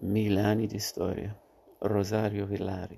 Mille anni di storia. Rosario Villari.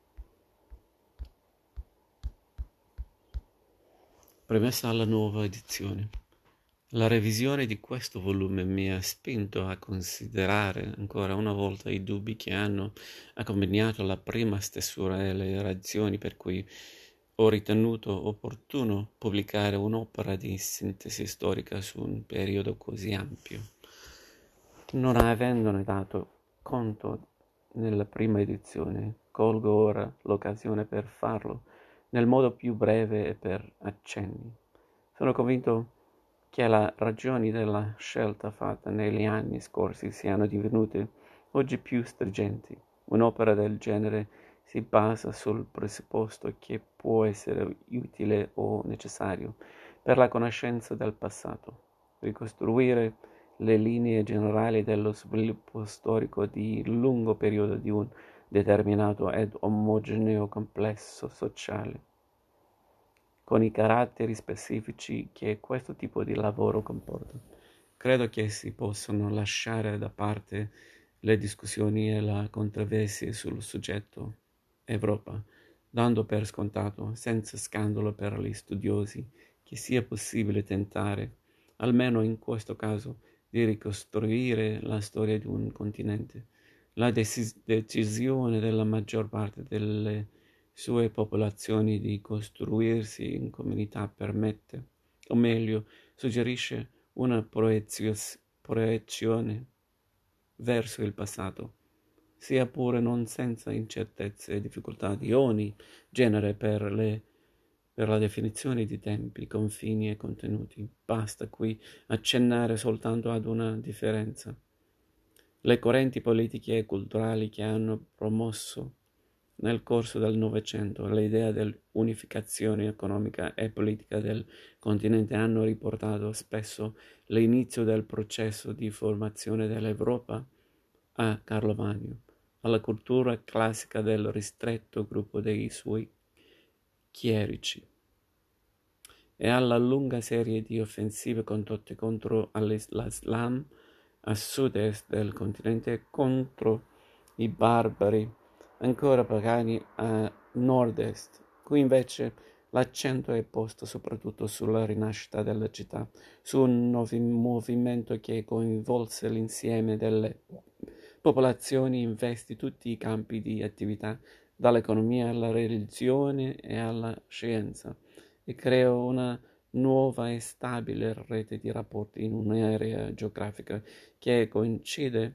Premessa alla nuova edizione. La revisione di questo volume mi ha spinto a considerare ancora una volta i dubbi che hanno accompagnato la prima stesura e le ragioni per cui ho ritenuto opportuno pubblicare un'opera di sintesi storica su un periodo così ampio. Non avendone dato conto nella prima edizione, colgo ora l'occasione per farlo nel modo più breve e per accenni. Sono convinto che le ragioni della scelta fatta negli anni scorsi siano divenute oggi più stringenti. Un'opera del genere si basa sul presupposto che può essere utile o necessario per la conoscenza del passato. Ricostruire le linee generali dello sviluppo storico di lungo periodo di un determinato ed omogeneo complesso sociale, con i caratteri specifici che questo tipo di lavoro comporta. Credo che si possano lasciare da parte le discussioni e le controversie sul soggetto Europa, dando per scontato, senza scandalo per gli studiosi, che sia possibile tentare, almeno in questo caso, di ricostruire la storia di un continente. La decisione della maggior parte delle sue popolazioni di costruirsi in comunità permette, o meglio, suggerisce una proiezione verso il passato, sia pure non senza incertezze e difficoltà di ogni genere per la definizione di tempi, confini e contenuti. Basta qui accennare soltanto ad una differenza. Le correnti politiche e culturali che hanno promosso nel corso del Novecento l'idea dell'unificazione economica e politica del continente hanno riportato spesso l'inizio del processo di formazione dell'Europa a Carlo Magno, alla cultura classica del ristretto gruppo dei suoi chierici e alla lunga serie di offensive condotte contro l'Islam a sud-est del continente e contro i barbari ancora pagani a nord-est. Qui invece l'accento è posto soprattutto sulla rinascita della città, su un movimento che coinvolse l'insieme delle popolazioni, investi tutti i campi di attività, dall'economia alla religione e alla scienza, e creò una nuova e stabile rete di rapporti in un'area geografica che coincide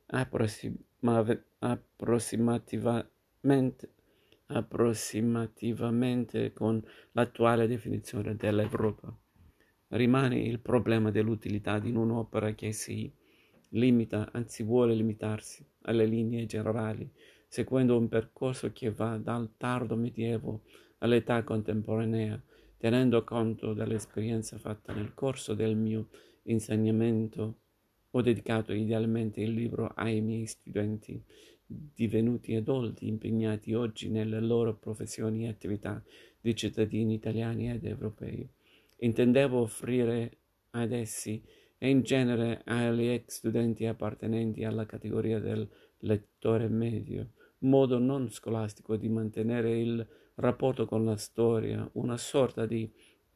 approssimativamente con l'attuale definizione dell'Europa. Rimane il problema dell'utilità di un'opera che si limita, anzi vuole limitarsi, alle linee generali, seguendo un percorso che va dal tardo medievo all'età contemporanea, tenendo conto dell'esperienza fatta nel corso del mio insegnamento. Ho dedicato idealmente il libro ai miei studenti, divenuti adulti impegnati oggi nelle loro professioni e attività di cittadini italiani ed europei. Intendevo offrire ad essi e in genere agli ex studenti appartenenti alla categoria del lettore medio un modo non scolastico di mantenere il rapporto con la storia, una sorta di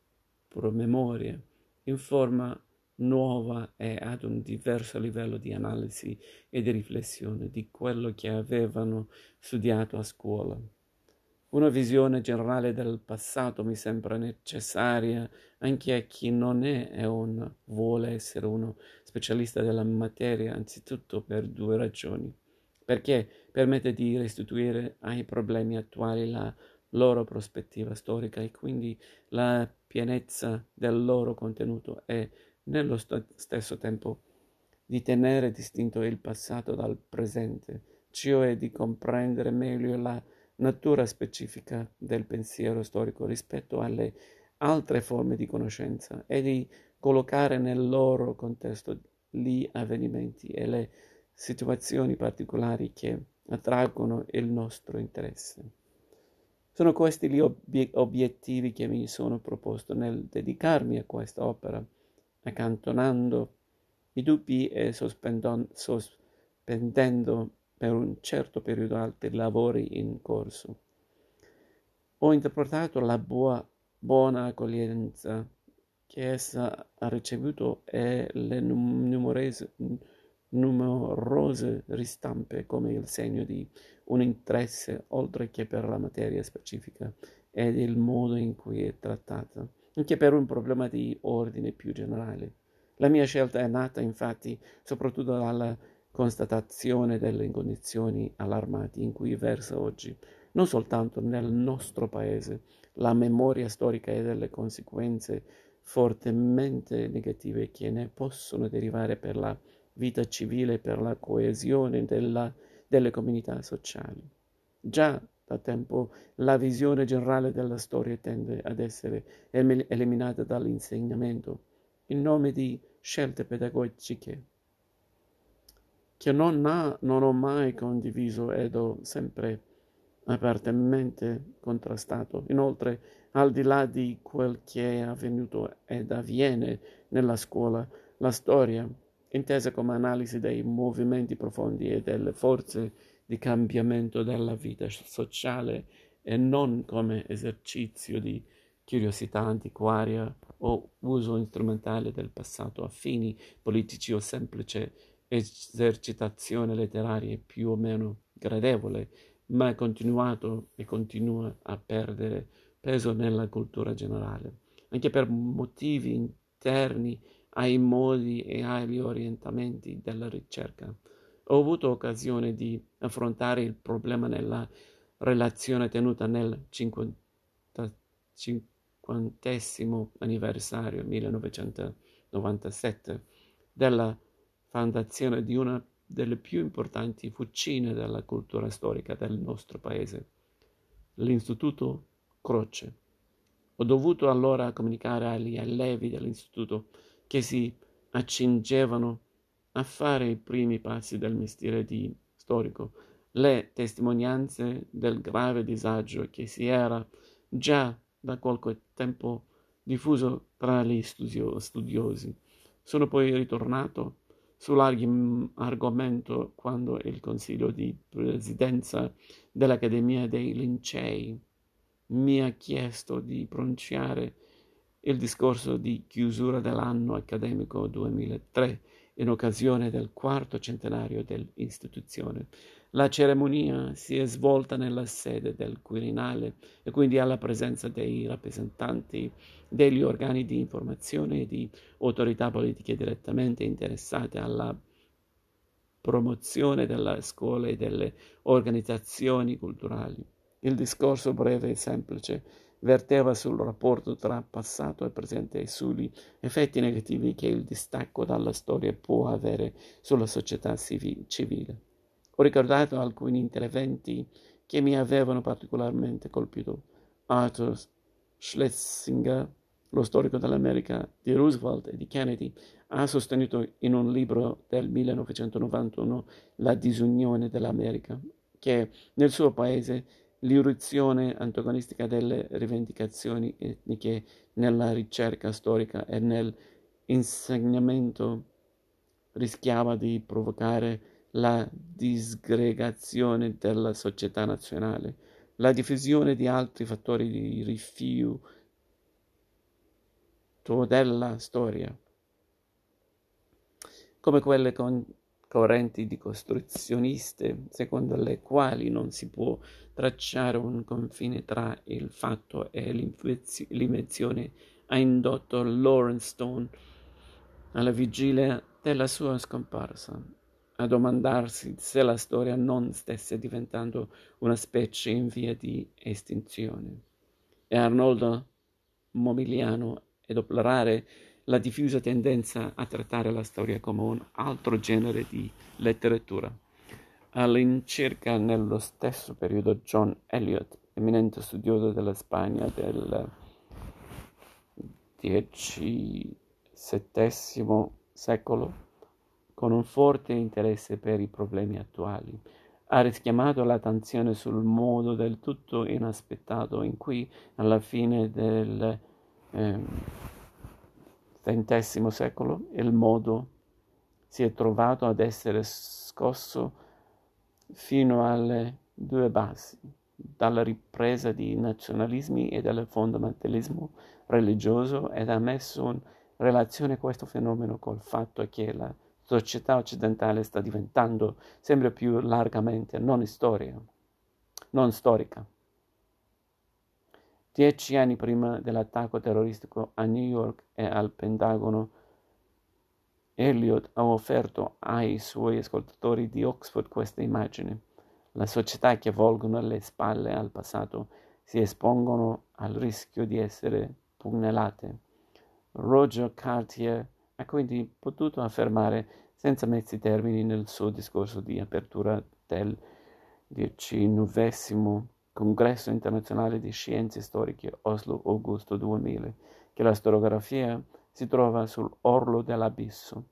promemoria in forma nuova e ad un diverso livello di analisi e di riflessione di quello che avevano studiato a scuola. Una visione generale del passato mi sembra necessaria anche a chi non è o vuole essere uno specialista della materia, anzitutto per due ragioni. Perché permette di restituire ai problemi attuali la loro prospettiva storica e quindi la pienezza del loro contenuto e nello stesso tempo di tenere distinto il passato dal presente, cioè di comprendere meglio la natura specifica del pensiero storico rispetto alle altre forme di conoscenza e di collocare nel loro contesto gli avvenimenti e le situazioni particolari che attraggono il nostro interesse. Sono questi gli obiettivi che mi sono proposto nel dedicarmi a questa opera, accantonando i dubbi e pendendo per un certo periodo altri lavori in corso. Ho interpretato la buona accoglienza che essa ha ricevuto e le numerose ristampe come il segno di un interesse oltre che per la materia specifica ed il modo in cui è trattata, anche per un problema di ordine più generale. La mia scelta è nata infatti soprattutto dalla constatazione delle condizioni allarmanti in cui versa oggi, non soltanto nel nostro paese, la memoria storica e delle conseguenze fortemente negative che ne possono derivare per la vita civile e per la coesione delle comunità sociali. Già da tempo la visione generale della storia tende ad essere eliminata dall'insegnamento in nome di scelte pedagogiche che non ho mai condiviso ed ho sempre apertamente contrastato. Inoltre, al di là di quel che è avvenuto ed avviene nella scuola, la storia, intesa come analisi dei movimenti profondi e delle forze di cambiamento della vita sociale e non come esercizio di curiosità antiquaria o uso strumentale del passato a fini politici o semplice esercitazione letteraria più o meno gradevole, ma ha continuato e continua a perdere peso nella cultura generale, anche per motivi interni ai modi e agli orientamenti della ricerca. Ho avuto occasione di affrontare il problema nella relazione tenuta nel 50° anniversario 1997 della fondazione di una delle più importanti fucine della cultura storica del nostro paese, l'Istituto Croce. Ho dovuto allora comunicare agli allievi dell'istituto che si accingevano a fare i primi passi del mestiere di storico, le testimonianze del grave disagio che si era già da qualche tempo diffuso tra gli studiosi. Sono poi ritornato sull'argomento quando il Consiglio di Presidenza dell'Accademia dei Lincei mi ha chiesto di pronunciare il discorso di chiusura dell'anno accademico 2003 in occasione del 4° centenario dell'istituzione. La cerimonia si è svolta nella sede del Quirinale e quindi alla presenza dei rappresentanti degli organi di informazione e di autorità politiche direttamente interessate alla promozione della scuola e delle organizzazioni culturali. Il discorso breve e semplice verteva sul rapporto tra passato e presente e sugli effetti negativi che il distacco dalla storia può avere sulla società civile. Ho ricordato alcuni interventi che mi avevano particolarmente colpito. Arthur Schlesinger, lo storico dell'America di Roosevelt e di Kennedy, ha sostenuto in un libro del 1991 La disunione dell'America, che nel suo paese l'irruzione antagonistica delle rivendicazioni etniche nella ricerca storica e nell'insegnamento rischiava di provocare la disgregazione della società nazionale, la diffusione di altri fattori di rifiuto della storia, come quelle correnti di costruzioniste, secondo le quali non si può tracciare un confine tra il fatto e l'invenzione, ha indotto Lawrence Stone alla vigilia della sua scomparsa a domandarsi se la storia non stesse diventando una specie in via di estinzione. E Arnoldo Momigliano a deplorare la diffusa tendenza a trattare la storia come un altro genere di letteratura. All'incirca nello stesso periodo John Eliot, eminente studioso della Spagna del XVII secolo, con un forte interesse per i problemi attuali, ha richiamato l'attenzione sul modo del tutto inaspettato in cui alla fine del XX secolo il mondo si è trovato ad essere scosso fino alle due basi, dalla ripresa di nazionalismi e dal fondamentalismo religioso, ed ha messo in relazione questo fenomeno col fatto che la società occidentale sta diventando sempre più largamente non storica. 10 anni prima dell'attacco terroristico a New York e al Pentagono, Eliot ha offerto ai suoi ascoltatori di Oxford questa immagine: le società che volgono le spalle al passato si espongono al rischio di essere pugnalate. Roger Cartier ha quindi potuto affermare senza mezzi termini nel suo discorso di apertura del 19° Congresso internazionale di scienze storiche Oslo Agosto 2000 che la storiografia si trova sull'orlo dell'abisso.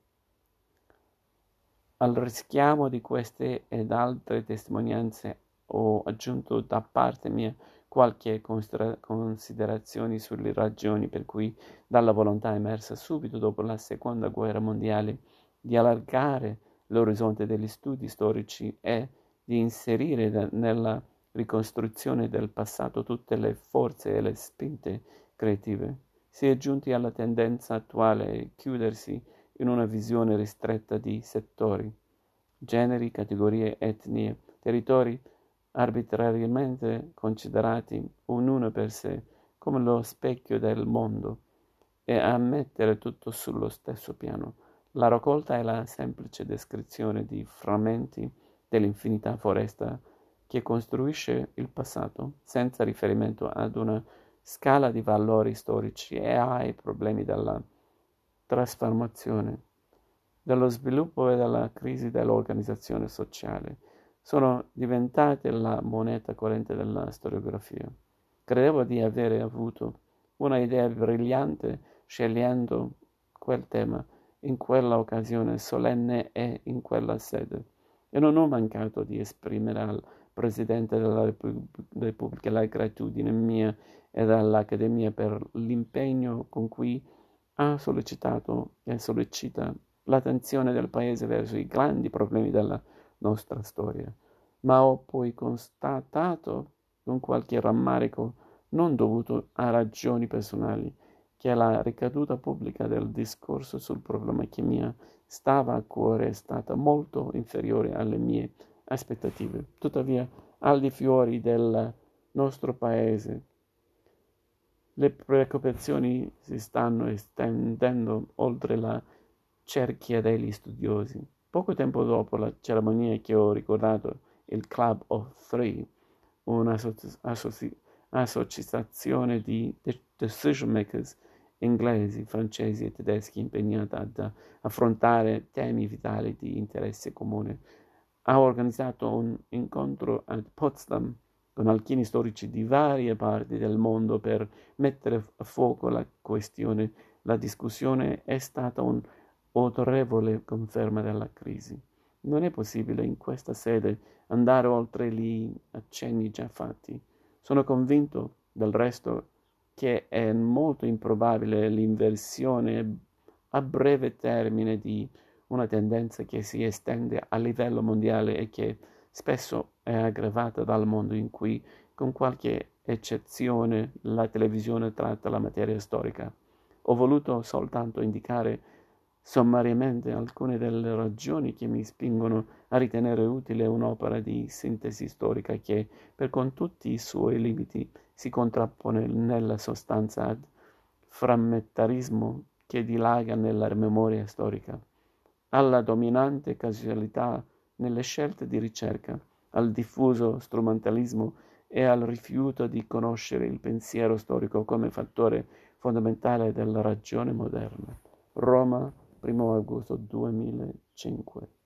Al rischiamo di queste ed altre testimonianze ho aggiunto da parte mia qualche considerazioni sulle ragioni per cui dalla volontà emersa subito dopo la Seconda Guerra Mondiale di allargare l'orizzonte degli studi storici e di inserire nella ricostruzione del passato tutte le forze e le spinte creative, si è giunti alla tendenza attuale a chiudersi in una visione ristretta di settori, generi, categorie, etnie, territori arbitrariamente considerati ognuno per sé come lo specchio del mondo, e a mettere tutto sullo stesso piano. La raccolta è la semplice descrizione di frammenti dell'infinità foresta che costruisce il passato, senza riferimento ad una scala di valori storici e ai problemi della trasformazione, dello sviluppo e della crisi dell'organizzazione sociale. Sono diventate la moneta corrente della storiografia. Credevo di avere avuto una idea brillante scegliendo quel tema in quella occasione solenne e in quella sede, e non ho mancato di esprimere al Presidente della Repubblica la gratitudine mia e dell'Accademia per l'impegno con cui ha sollecitato e sollecita l'attenzione del Paese verso i grandi problemi della nostra storia, ma ho poi constatato con qualche rammarico, non dovuto a ragioni personali, che la ricaduta pubblica del discorso sul problema che mi stava a cuore è stata molto inferiore alle mie aspettative. Tuttavia, al di fuori del nostro Paese, le preoccupazioni si stanno estendendo oltre la cerchia degli studiosi. Poco tempo dopo la cerimonia che ho ricordato, il Club of Three, un'associazione di decision makers inglesi, francesi e tedeschi impegnata ad affrontare temi vitali di interesse comune, ha organizzato un incontro a Potsdam con alcuni storici di varie parti del mondo per mettere a fuoco la questione. La discussione è stata un'autorevole conferma della crisi. Non è possibile in questa sede andare oltre gli accenni già fatti. Sono convinto, del resto, che è molto improbabile l'inversione a breve termine di una tendenza che si estende a livello mondiale e che spesso è aggravata dal mondo in cui, con qualche eccezione, la televisione tratta la materia storica. Ho voluto soltanto indicare sommariamente alcune delle ragioni che mi spingono a ritenere utile un'opera di sintesi storica che, per con tutti i suoi limiti, si contrappone nella sostanza al frammentarismo che dilaga nella memoria storica, alla dominante casualità nelle scelte di ricerca, al diffuso strumentalismo e al rifiuto di conoscere il pensiero storico come fattore fondamentale della ragione moderna. Roma, 1 agosto 2005.